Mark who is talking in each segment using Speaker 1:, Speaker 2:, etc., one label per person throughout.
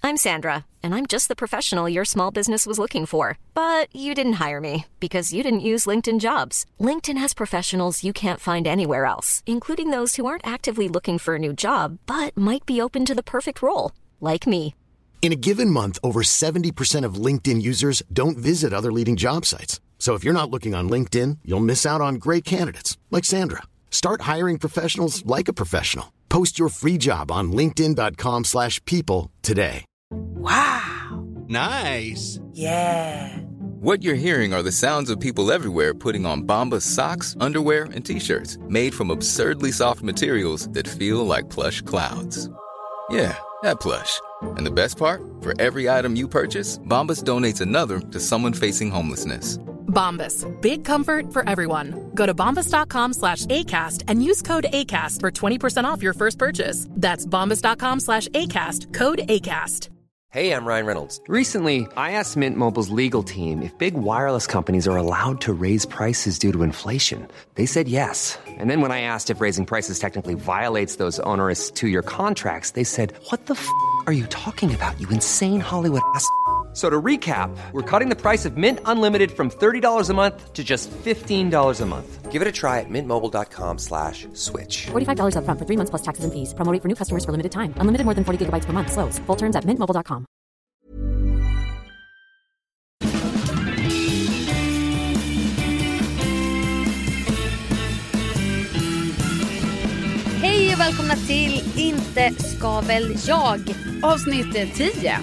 Speaker 1: I'm Sandra, and I'm just the professional your small business was looking for. But you didn't hire me because you didn't use LinkedIn Jobs. LinkedIn has professionals you can't find anywhere else, including those who aren't actively looking for a new job, but might be open to the perfect role, like me.
Speaker 2: In a given month, over 70% of LinkedIn users don't visit other leading job sites. So if you're not looking on LinkedIn, you'll miss out on great candidates like Sandra. Start hiring professionals like a professional. Post your free job on linkedin.com/people today.
Speaker 3: Wow.
Speaker 4: Nice.
Speaker 3: Yeah.
Speaker 5: What you're hearing are the sounds of people everywhere putting on Bombas socks, underwear, and T-shirts made from absurdly soft materials that feel like plush clouds. Yeah, that plush. And the best part? For every item you purchase, Bombas donates another to someone facing homelessness.
Speaker 6: Bombas. Big comfort for everyone. Go to bombas.com/ACAST and use code ACAST for 20% off your first purchase. That's bombas.com/ACAST. Code ACAST.
Speaker 7: Hey, I'm Ryan Reynolds. Recently, I asked Mint Mobile's legal team if big wireless companies are allowed to raise prices due to inflation. They said yes. And then when I asked if raising prices technically violates those onerous two-year contracts, they said, "What the f*** are you talking about, you insane Hollywood ass?" So to recap, we're cutting the price of Mint Unlimited from $30 a month to just $15 a month. Give it a try at mintmobile.com/switch.
Speaker 8: $45 up front for 3 months plus taxes and fees. Promo rate for new customers for limited time. Unlimited more than 40 gigabytes per month. Slows full terms at mintmobile.com.
Speaker 9: Hej och välkomna till Inte ska väl jag.
Speaker 10: Avsnitt 10.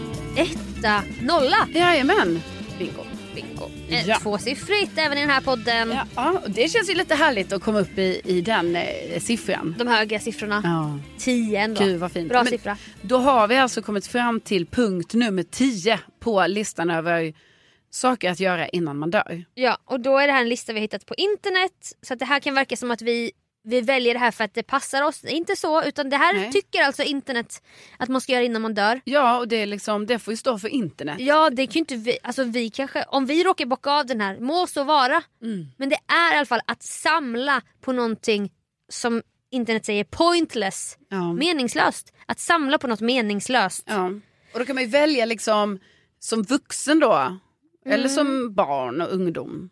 Speaker 9: 1-0.
Speaker 10: Jajamän. Bingo.
Speaker 9: Ja. Tvåsiffrigt även i den här podden.
Speaker 10: Ja, det känns ju lite härligt att komma upp i den siffran.
Speaker 9: De höga siffrorna.
Speaker 10: Ja.
Speaker 9: 10 ändå.
Speaker 10: Gud vad fint.
Speaker 9: Bra siffra.
Speaker 10: Då har vi alltså kommit fram till punkt nummer 10 på listan över saker att göra innan man dör.
Speaker 9: Ja, och då är det här en lista vi har hittat på internet. Så att det här kan verka som att vi väljer det här för att det passar oss. Inte så, utan det här tycker alltså internet att man ska göra innan man dör.
Speaker 10: Ja, och det är liksom, det får ju stå för internet.
Speaker 9: Ja, det kan ju inte vi, alltså vi kanske, om vi råkar bocka av den här, må så vara. Men det är i alla fall att samla på någonting som internet säger pointless, meningslöst. Att samla på något meningslöst.
Speaker 10: Ja, och då kan man ju välja liksom som vuxen då, eller som barn och ungdom.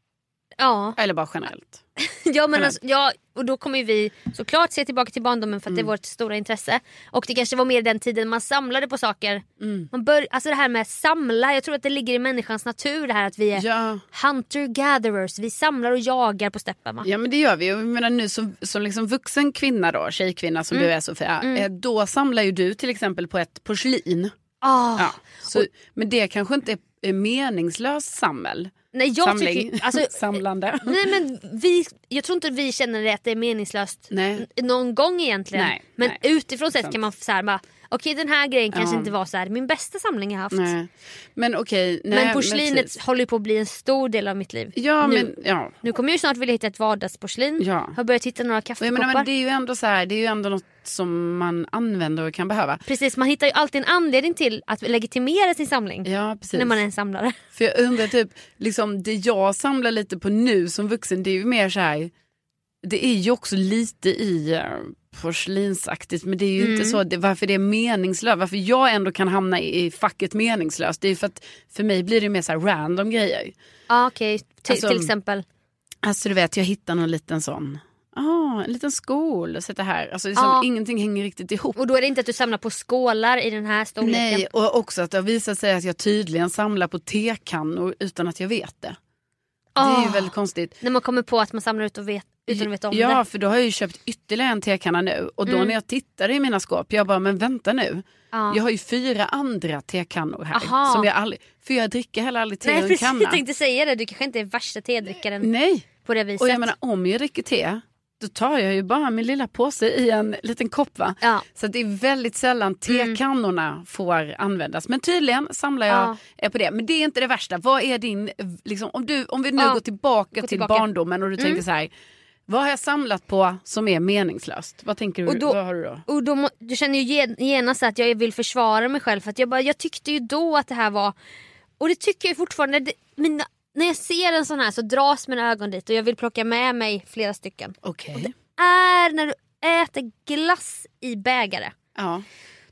Speaker 9: Ja.
Speaker 10: Eller bara generellt.
Speaker 9: Ja, men alltså, ja, och då kommer vi såklart se tillbaka till barndomen för att det är vårt stora intresse. Och det kanske var mer den tiden man samlade på saker. Alltså det här med samla, jag tror att det ligger i människans natur det här att vi är hunter-gatherers. Vi samlar och jagar på steppen.
Speaker 10: Ja, men det gör vi. Jag menar nu som liksom vuxen kvinna då, tjejkvinna som du är, Sofia. Då samlar ju du till exempel på ett porslin. Ja, så, men det kanske inte är meningslöst sammel.
Speaker 9: Nej, jag tycker, alltså,
Speaker 10: samlande.
Speaker 9: Nej, men jag tror inte vi känner det att det är meningslöst någon gång egentligen. Men utifrån sett kan man så här bara, okej, den här grejen kanske inte var så här min bästa samling jag haft.
Speaker 10: Nej. Men
Speaker 9: men porslinet håller på att bli en stor del av mitt liv.
Speaker 10: Ja,
Speaker 9: nu kommer jag snart vilja hitta ett vardagsporslin. Har börjat hitta några kaffekoppar.
Speaker 10: Men det är ju ändå så här, det är ju ändå något som man använder och kan behöva.
Speaker 9: Precis, man hittar ju alltid en anledning till att legitimera sin samling.
Speaker 10: Ja, precis.
Speaker 9: När man är en samlare.
Speaker 10: För jag undrar typ, liksom det jag samlar lite på nu som vuxen, det är ju mer så här, det är ju också lite i porslinsaktigt, men det är ju inte så, varför det är meningslöst, varför jag ändå kan hamna i facket meningslöst, det är ju för att för mig blir det mer så här random grejer.
Speaker 9: Ja, okej. Till exempel.
Speaker 10: Alltså du vet, jag hittar någon liten sån, en liten skål och sätter här, alltså liksom ingenting hänger riktigt ihop.
Speaker 9: Och då är det inte att du samlar på skålar i den här storleken.
Speaker 10: Nej, och också att det har visat sig att jag tydligen samlar på tekannor utan att jag vet det. Det är ju väldigt konstigt.
Speaker 9: När man kommer på att man samlar utan att veta om det.
Speaker 10: Ja, för då har jag ju köpt ytterligare en tekanna nu. Och då när jag tittar i mina skåp, jag bara, men vänta nu. Jag har ju 4 andra tekannor här. Som jag aldrig, för jag dricker heller aldrig te ur en kanna.
Speaker 9: Jag tänkte säga det, du kanske inte är värsta tedrickaren. På det viset.
Speaker 10: Och jag menar, om jag dricker te, då tar jag ju bara min lilla påse i en liten kopp, va? Så det är väldigt sällan tekannorna får användas. Men tydligen samlar jag på det. Men det är inte det värsta. Vad är din, liksom, om vi nu går tillbaka till barndomen och du tänker så här, vad har jag samlat på som är meningslöst? Vad tänker du? Vad har du då?
Speaker 9: Och då du känner ju genast att jag vill försvara mig själv. För att jag tyckte ju då att det här var, och det tycker jag fortfarande, när jag ser en sån här så dras mina ögon dit och jag vill plocka med mig flera stycken.
Speaker 10: Okej.
Speaker 9: Och det är när du äter glass i bägare.
Speaker 10: Ja.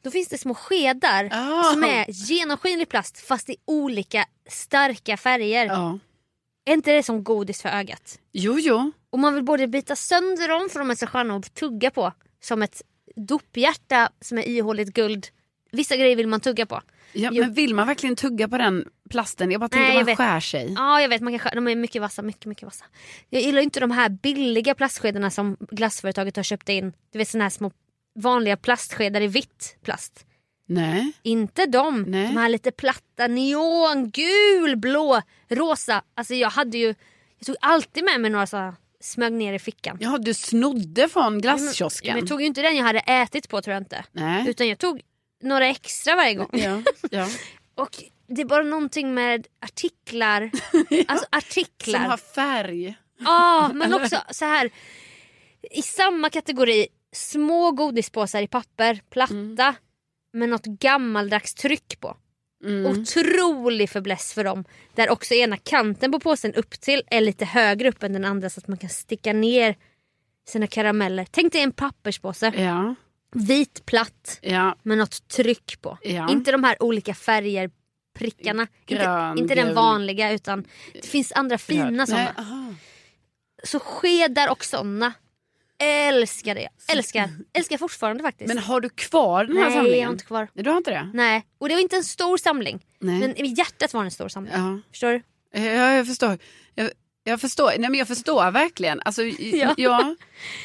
Speaker 9: Då finns det små skedar som är genomskinlig plast fast i olika starka färger. Är inte det som godis för ögat?
Speaker 10: Jo.
Speaker 9: Och man vill både bita sönder dem för de är så sköna att tugga på. Som ett dophjärta som är ihåligt guld. Vissa grejer vill man tugga på.
Speaker 10: Ja, men vill man verkligen tugga på den plasten? Jag bara tänker att man skär sig.
Speaker 9: Ja, jag vet. De är mycket vassa, mycket vassa. Jag gillar inte de här billiga plastskedarna som glassföretaget har köpt in. Du vet såna här små vanliga plastskedar i vitt plast.
Speaker 10: Nej.
Speaker 9: Inte de. Nej. De här lite platta, neon, gul, blå, rosa. Alltså jag tog alltid med mig några så smög ner i fickan.
Speaker 10: Ja, du snodde från glasskiosken.
Speaker 9: Men jag tog ju inte den jag hade ätit på, tror jag inte. Nej. Utan jag tog några extra varje gång.
Speaker 10: Ja.
Speaker 9: Och det är bara någonting med artiklar. Alltså artiklar.
Speaker 10: Som har färg.
Speaker 9: Ja, men också så här. I samma kategori. Små godispåsar i papper. Platta. Med något gammaldags tryck på. Otrolig förbläss för dem. Där också ena kanten på påsen upp till är lite högre upp än den andra. Så att man kan sticka ner sina karameller. Tänk dig en papperspåse.
Speaker 10: Ja.
Speaker 9: Vit platt med något tryck på. Inte de här olika färger, prickarna. Inte den vanliga, utan det finns andra fina sådana. Så skedar och sådana. Älskar det. Älskar fortfarande faktiskt.
Speaker 10: Men har du kvar den här samlingen?
Speaker 9: Nej, jag har inte kvar.
Speaker 10: Du har inte det?
Speaker 9: Nej, och det var inte en stor samling. Nej. Men i hjärtat var det en stor samling. Förstår du?
Speaker 10: Ja, jag förstår. Jag förstår. Nej, men jag förstår verkligen. Alltså, ja.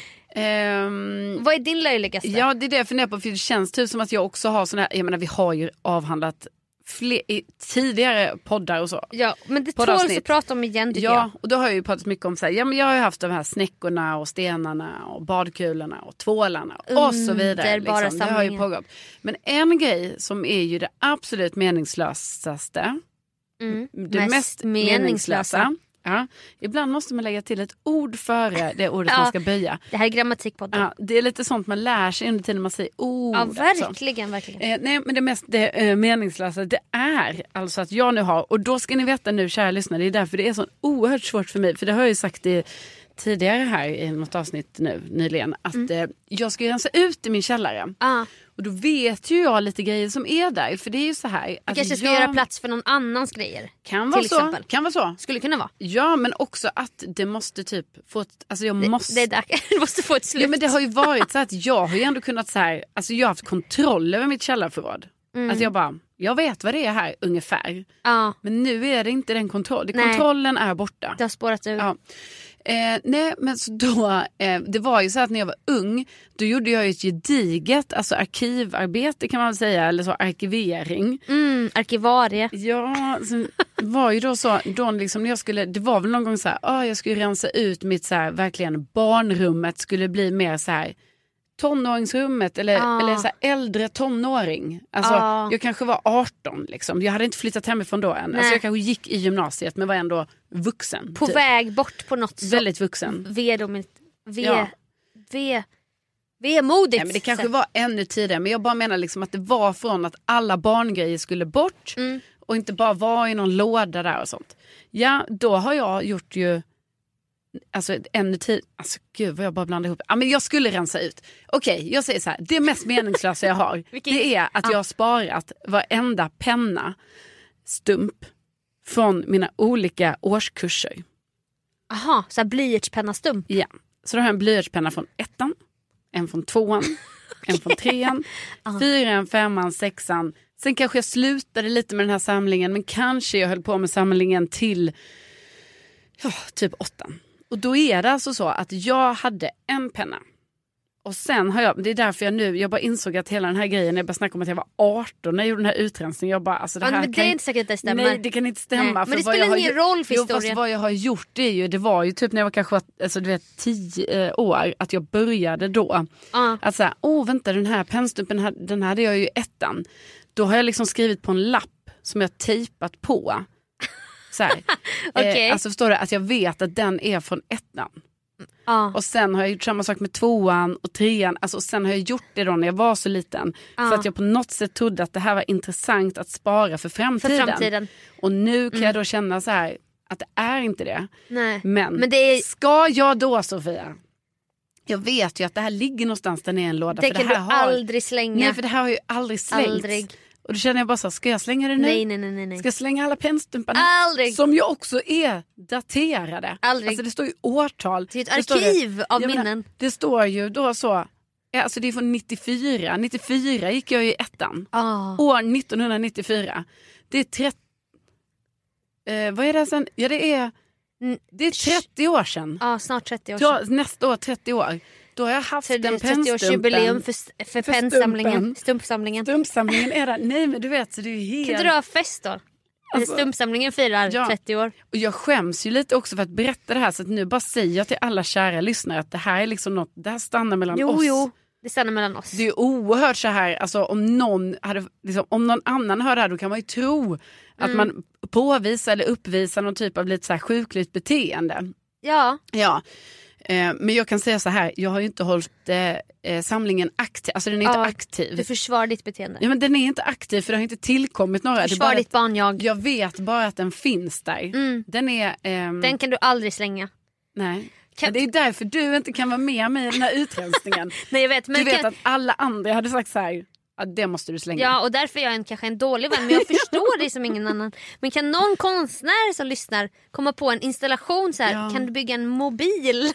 Speaker 9: Vad är din löjligaste?
Speaker 10: Ja, det är det jag funderar på. För det känns typ som att jag också har såna här. Jag menar, vi har ju avhandlat tidigare poddar och så. Ja,
Speaker 9: men det tåls att prata om igen, tycker jag.
Speaker 10: Ja, och då har jag ju pratat mycket om så här, ja, men jag har ju haft de här snäckorna och stenarna och badkulorna och tvålarna och så vidare. Liksom. Det har ju pågått. Men en grej som är ju det absolut meningslösaste. Det mest meningslösa. Ja, ibland måste man lägga till ett ord före det ordet man ska böja.
Speaker 9: Det här är grammatikpodden.
Speaker 10: Ja, det är lite sånt man lär sig under tiden man säger ord.
Speaker 9: Ja, verkligen.
Speaker 10: Nej, men det mest meningslösa, det är alltså att jag nu har, och då ska ni veta nu, kära lyssnare, det är därför det är så oerhört svårt för mig. För det har jag ju sagt tidigare här i något avsnitt nyligen, att jag ska rensa ut i min källare. Och då vet ju jag lite grejer som är där. För det är ju så här.
Speaker 9: Du kanske ska göra plats för någon annans grejer.
Speaker 10: Kan vara så. Kan vara så.
Speaker 9: Skulle kunna vara.
Speaker 10: Ja, men också att det måste typ få ett... Alltså jag måste...
Speaker 9: Det måste få ett slut.
Speaker 10: Ja, men det har ju varit så att jag har ju ändå kunnat så här... Alltså jag har haft kontroll över mitt källarförråd. Att jag vet vad det är här ungefär. Men nu är det inte den kontrollen är borta.
Speaker 9: Det har spårat ur.
Speaker 10: Ja. Nej, men så då det var ju så att när jag var ung, då gjorde jag ju ett gediget, alltså arkivarbete kan man väl säga, eller så arkivering.
Speaker 9: Arkivarie.
Speaker 10: Ja, så var ju då så då liksom när jag skulle, det var väl någon gång så här, jag skulle rensa ut mitt så här, verkligen barnrummet skulle bli mer så här tonåringsrummet eller så här äldre tonåring. Alltså jag kanske var 18 liksom. Jag hade inte flyttat hemifrån då än. Alltså jag kanske gick i gymnasiet men var ändå vuxen.
Speaker 9: På väg bort på något sätt.
Speaker 10: Väldigt vuxen.
Speaker 9: Vemodigt.
Speaker 10: Nej, men det kanske var ännu tidigare, men jag bara menar liksom att det var från att alla barngrejer skulle bort och inte bara vara i någon låda där och sånt. Ja, då har jag gjort ju alltså ännu tid. Alltså gud vad jag bara blandar ihop. Ja, men jag skulle rensa ut. Okej, jag säger så här. Det mest meningslösa jag har det är att jag har sparat varenda penna stump från mina olika årskurser.
Speaker 9: Aha, så här blyertspenna stump.
Speaker 10: Ja, så då har jag en blyertspenna från 1:an, en från 2:an, en från 3:an, 4:an, 5:an, 6:an. Sen kanske jag slutade lite med den här samlingen, men kanske jag höll på med samlingen till typ 8:an. Och då är det alltså så att jag hade en penna. Och sen har jag, det är därför jag bara insåg att hela den här grejen, jag bara snackade om att jag var 18 när jag gjorde den här utrensningen. Jag bara, alltså det här
Speaker 9: men det är inte säkert att det stämmer.
Speaker 10: Nej, det kan inte stämma.
Speaker 9: Men det spelar ingen roll för historien.
Speaker 10: Fast vad jag har gjort det var ju typ när jag var kanske, alltså du vet 10 år, att jag började då. Att säga, vänta, den här pennstumpen, den hade jag ju 1:an. Då har jag liksom skrivit på en lapp som jag tejpat på. Så här.
Speaker 9: Okay.
Speaker 10: Alltså förstår du att jag vet att den är från 1:an. Och sen har jag gjort samma sak med 2:an och 3:an. Alltså sen har jag gjort det då när jag var så liten. För att jag på något sätt trodde att det här var intressant att spara för framtiden. Och nu kan jag då känna så här att det är inte det.
Speaker 9: Nej.
Speaker 10: Men det är... ska jag då, Sofia, Jag vet ju att det här ligger någonstans där nere i en låda.
Speaker 9: Det
Speaker 10: för
Speaker 9: kan
Speaker 10: det här
Speaker 9: du aldrig slänga.
Speaker 10: Nej, för det här har ju aldrig slängts.
Speaker 9: Aldrig.
Speaker 10: Och då känner jag bara så, ska jag slänga det nu?
Speaker 9: Nej.
Speaker 10: Ska jag slänga alla pennstumparna?
Speaker 9: Aldrig.
Speaker 10: Som ju också är daterade.
Speaker 9: Aldrig.
Speaker 10: Alltså det står ju årtal.
Speaker 9: Det är ett arkiv av minnen.
Speaker 10: Det står ju då så, alltså det är från 94. 94 gick jag i ettan. År 1994. Det är 30... vad är det sen? Ja, det är 30 år sedan.
Speaker 9: Ja, snart 30 år sedan.
Speaker 10: Nästa år 30 år. Då har jag haft en
Speaker 9: 30-årsjubileum för pennsamlingen. Stumpsamlingen.
Speaker 10: Stumpsamlingen är där. Nej, men du vet, så det är ju helt...
Speaker 9: Kan inte du ha fest då? Alltså, stumpsamlingen firar 30 år.
Speaker 10: Och jag skäms ju lite också för att berätta det här. Så att nu bara säger jag till alla kära lyssnare att det här är liksom något, det här stannar mellan oss.
Speaker 9: Jo, det stannar mellan oss.
Speaker 10: Det är oerhört så här, alltså om någon annan hör det här, då kan man ju tro att man påvisar eller uppvisar någon typ av lite så här sjukligt beteende.
Speaker 9: Ja.
Speaker 10: Men jag kan säga så här, jag har ju inte hållit samlingen aktiv, alltså den är inte aktiv.
Speaker 9: Du försvarar ditt beteende.
Speaker 10: Ja, men den är inte aktiv för det har inte tillkommit några.
Speaker 9: Försvar ditt barn,
Speaker 10: jag vet bara att den finns där. Den är...
Speaker 9: Den kan du aldrig slänga.
Speaker 10: Nej. Det är därför du inte kan vara med mig i den här utrensningen.
Speaker 9: Nej, jag vet. Men
Speaker 10: du vet att alla andra hade sagt så här, det måste du slänga.
Speaker 9: Ja, och därför är jag kanske en dålig vän, men jag förstår dig som ingen annan. Men kan någon konstnär som lyssnar komma på en installation så här, kan du bygga en mobil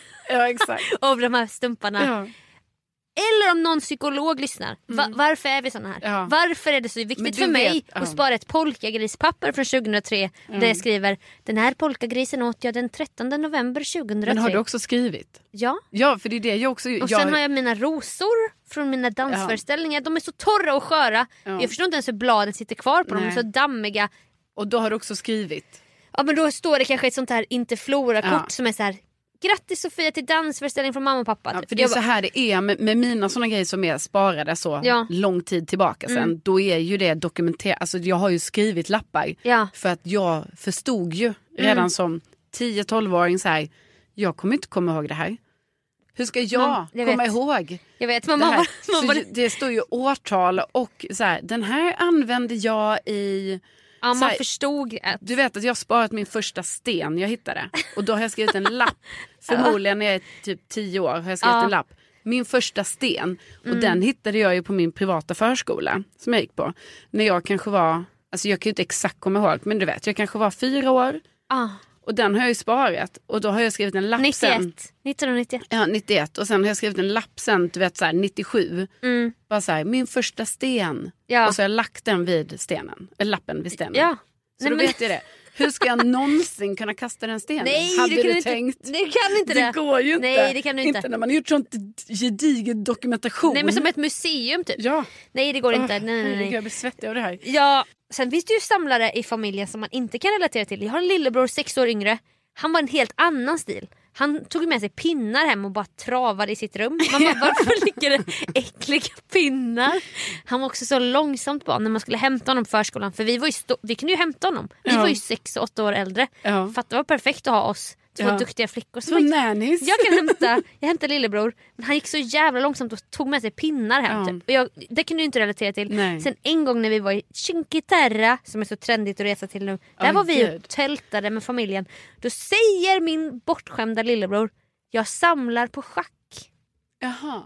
Speaker 9: av de här stumparna? Ja. Eller om någon psykolog lyssnar. Varför är vi såna här? Ja. Varför är det så viktigt för mig att spara ett polkagrispapper från 2003 där jag skriver, den här polkagrisen åt jag den 13 november 2003.
Speaker 10: Men har du också skrivit?
Speaker 9: Ja.
Speaker 10: Ja, för det är det jag också...
Speaker 9: Och sen har jag mina rosor från mina dansföreställningar. De är så torra och sköra. Jag förstår inte ens hur bladet sitter kvar på dem. De är så dammiga.
Speaker 10: Och då har du också skrivit?
Speaker 9: Ja, men då står det kanske ett sånt här Interflora-kort som är så här: grattis Sofia till dansföreställning från mamma och pappa.
Speaker 10: Ja, för det är så här det är med mina såna grejer som är sparade så lång tid tillbaka sen. Då är ju det dokumenterat. Alltså jag har ju skrivit lappar. För att jag förstod ju redan som 10-12-åring så här, jag kommer inte komma ihåg det här. Hur ska jag komma ihåg?
Speaker 9: Jag vet,
Speaker 10: mamma. Det står ju årtal och så här, den här använde jag i...
Speaker 9: Ja, man förstod att...
Speaker 10: Du vet att jag har sparat min första sten jag hittade. Och då har jag skrivit en lapp. Förmodligen när jag är typ 10 år har jag skrivit en lapp. Min första sten. Och den hittade jag ju på min privata förskola som jag gick på. När jag kanske var... Alltså jag kan ju inte exakt komma ihåg. Men du vet, jag kanske var 4 år. Och den har jag ju sparat. Och då har jag skrivit en lapp
Speaker 9: 91.
Speaker 10: sen.
Speaker 9: 1991.
Speaker 10: Ja, 91. Och sen har jag skrivit en lapp sen, du vet så här, 97. Bara så här, min första sten. Och så har jag lagt den vid stenen. Eller lappen vid stenen.
Speaker 9: Ja.
Speaker 10: Så då vet jag det. Hur ska jag någonsin kunna kasta den stenen?
Speaker 9: Nej,
Speaker 10: hade du
Speaker 9: inte,
Speaker 10: tänkt?
Speaker 9: Det kan inte
Speaker 10: det går ju inte.
Speaker 9: Nej, det kan du inte.
Speaker 10: Inte när man har gjort sånt gedigen dokumentation.
Speaker 9: Nej, men som ett museum typ.
Speaker 10: Ja.
Speaker 9: Nej, det går inte. Nej.
Speaker 10: Jag blir svettig av det här.
Speaker 9: Ja, sen finns det ju samlare i familjen som man inte kan relatera till. Jag har en lillebror 6 år yngre. Han var en helt annan stil. Han tog med sig pinnar hem och bara travade i sitt rum. Man bara, varför ligger det äckliga pinnar? Han var också så långsamt barn när man skulle hämta honom på förskolan. För vi kunde ju hämta honom. Vi var ju 6 och 8 år äldre. Fatta, det var perfekt att ha oss 2 duktiga flickor.
Speaker 10: Så nannies.
Speaker 9: Jag hämtade lillebror. Men han gick så jävla långsamt och tog med sig pinnar hem. Typ. Och det kunde du inte relatera till.
Speaker 10: Nej.
Speaker 9: Sen en gång när vi var i Cinque Terre, som är så trendigt att resa till nu. Där var vi och tältade med familjen. Då säger min bortskämda lillebror, jag samlar på schack.
Speaker 10: Jaha.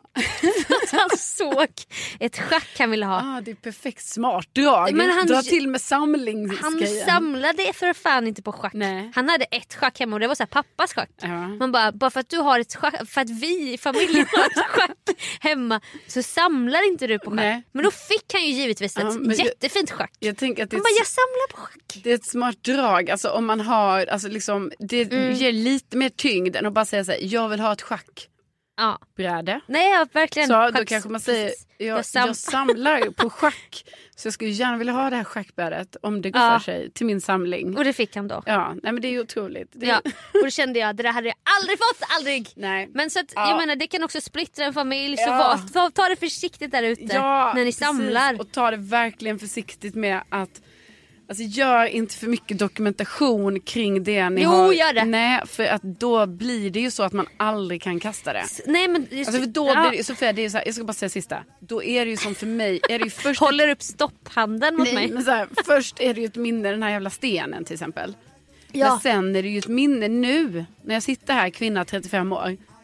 Speaker 9: Han såg ett schack han ville ha.
Speaker 10: Det är perfekt smart drag. Men han drar till med samlingsgrejen.
Speaker 9: Han samlade för fan inte på schack. Nej. Han hade ett schack hemma och det var så här pappas schack. Man bara för att du har ett schack, för att vi i familjen har ett schack hemma, så samlar inte du på schack. Nej. Men då fick han ju givetvis ett jättefint schack.
Speaker 10: Jag tänker att
Speaker 9: jag samlar på schack.
Speaker 10: Det är ett smart drag. Alltså om man har, alltså liksom, det ger lite mer tyngd än att bara säga så här, jag vill ha ett schack.
Speaker 9: Ja.
Speaker 10: Bräde.
Speaker 9: Nej, verkligen.
Speaker 10: Så då kanske man säger, jag samlar på schack. Så jag skulle gärna vilja ha det här schackbrädet om det går för sig till min samling.
Speaker 9: Och det fick han då.
Speaker 10: Ja, nej, men det är ju otroligt.
Speaker 9: Och då kände jag, det där hade jag aldrig fått, aldrig.
Speaker 10: Nej.
Speaker 9: Men så att, jag menar, det kan också splittra en familj. Så ta det försiktigt där ute när ni samlar.
Speaker 10: Och ta det verkligen försiktigt med att, alltså gör inte för mycket dokumentation kring det ni har.
Speaker 9: Gör det.
Speaker 10: Nej, för att då blir det ju så att man aldrig kan kasta det.
Speaker 9: Nej, men
Speaker 10: alltså för då blir det, Sofia, det är så här, jag ska bara säga sista. Då är det ju som för mig, är det ju först
Speaker 9: håller upp stopphanden mot mig.
Speaker 10: Men så här, först är det ju ett minne, den här jävla stenen till exempel. Men sen är det ju ett minne nu när jag sitter här, kvinna 35 år.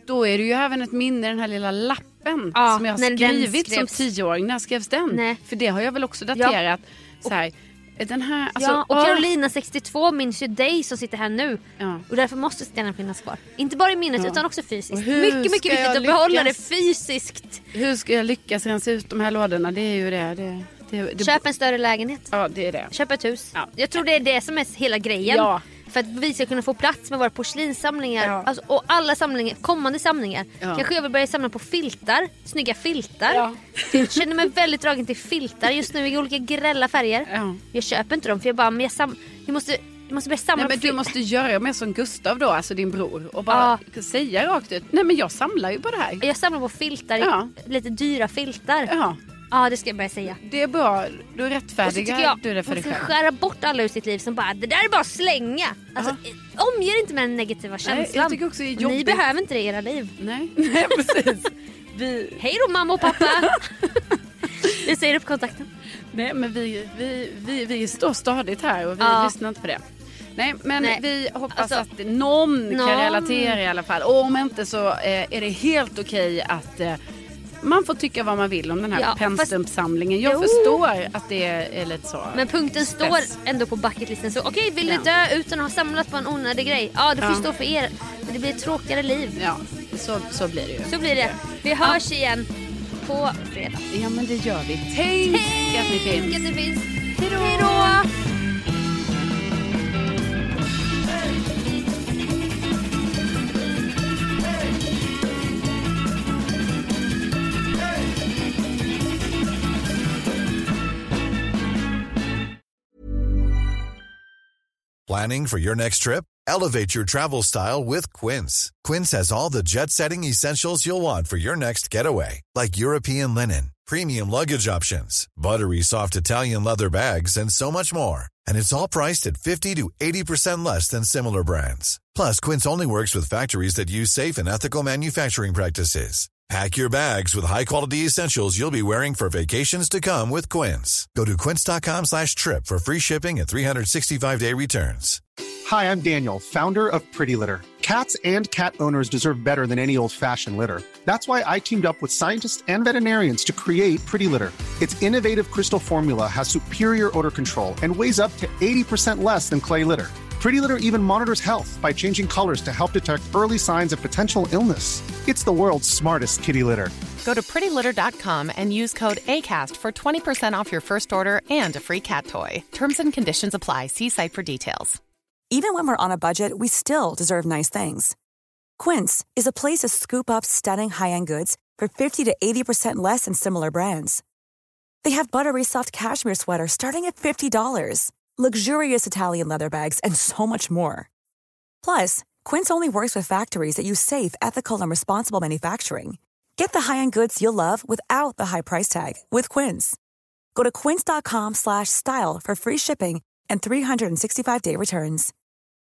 Speaker 10: då är det ju även ett minne, den här lilla lappen som jag har skrivit som 10-åring. När skrevs den?
Speaker 9: Nej.
Speaker 10: För det har jag väl också daterat. Så här, den här, alltså,
Speaker 9: och Carolina 62 minns ju dig som sitter här nu. Och därför måste stenen finnas kvar. Inte bara i minnet utan också fysiskt. Mycket viktigt att behålla det fysiskt.
Speaker 10: Hur ska jag lyckas rensa ut de här lådorna? Det är ju det.
Speaker 9: Köp en större lägenhet.
Speaker 10: Ja, det är det.
Speaker 9: Köp ett hus. Jag tror det är det som är hela grejen. Ja. För att vi ska kunna få plats med våra porslinssamlingar. Alltså, och alla kommande samlingar. Kanske jag vill börja samla på filtar. Snygga filtar. Jag känner mig väldigt dragen till filtar just nu i olika grälla färger. Jag köper inte dem för jag bara, men jag måste börja samla.
Speaker 10: Nej, men du måste göra med som Gustav då, alltså din bror. Och bara säga rakt ut, nej men jag samlar ju på det här.
Speaker 9: Jag samlar på filtar, lite dyra filtar. Ja, det ska jag börja säga.
Speaker 10: Det är bra, du är rättfärdiga. Du är det för dig själv.
Speaker 9: Skära bort alla ur sitt liv som bara, det där är bara att slänga. Alltså, omger inte med den negativa känslan.
Speaker 10: Nej, jag tycker också det är jobbigt.
Speaker 9: Ni behöver inte det i era liv.
Speaker 10: Nej, precis.
Speaker 9: Hej då mamma och pappa. Vi säger upp kontakten.
Speaker 10: Nej, men vi står stadigt här och vi lyssnar inte på det. Nej, men vi hoppas att någon kan relatera i alla fall. Och om inte så är det helt okej att... man får tycka vad man vill om den här penstumpsamlingen. Jag förstår att det är lite så.
Speaker 9: Men punkten står ändå på bucketlisten. Så okej, vill du dö utan att ha samlat på en onödig grej? Ja, det får stå för er. Men det blir ett tråkigare liv.
Speaker 10: Ja, så blir det ju.
Speaker 9: Så blir det. Vi hörs igen på fredag.
Speaker 10: Ja, men det gör vi. Tänk att ni finns.
Speaker 9: Att ni finns. Hej då!
Speaker 4: Planning for your next trip? Elevate your travel style with Quince. Quince has all the jet-setting essentials you'll want for your next getaway, like European linen, premium luggage options, buttery soft Italian leather bags, and so much more. And it's all priced at 50 to 80% less than similar brands. Plus, Quince only works with factories that use safe and ethical manufacturing practices. Pack your bags with high-quality essentials you'll be wearing for vacations to come with Quince. Go to quince.com/trip for free shipping and 365-day returns.
Speaker 11: Hi, I'm Daniel, founder of Pretty Litter. Cats and cat owners deserve better than any old-fashioned litter. That's why I teamed up with scientists and veterinarians to create Pretty Litter. Its innovative crystal formula has superior odor control and weighs up to 80% less than clay litter. Pretty Litter even monitors health by changing colors to help detect early signs of potential illness. It's the world's smartest kitty litter.
Speaker 12: Go to prettylitter.com and use code ACAST for 20% off your first order and a free cat toy. Terms and conditions apply. See site for details.
Speaker 13: Even when we're on a budget, we still deserve nice things. Quince is a place to scoop up stunning high-end goods for 50 to 80% less than similar brands. They have buttery soft cashmere sweaters starting at $50, luxurious Italian leather bags, and so much more. Plus, Quince only works with factories that use safe, ethical, and responsible manufacturing. Get the high-end goods you'll love without the high price tag with Quince. Go to quince.com/style for free shipping and 365-day returns.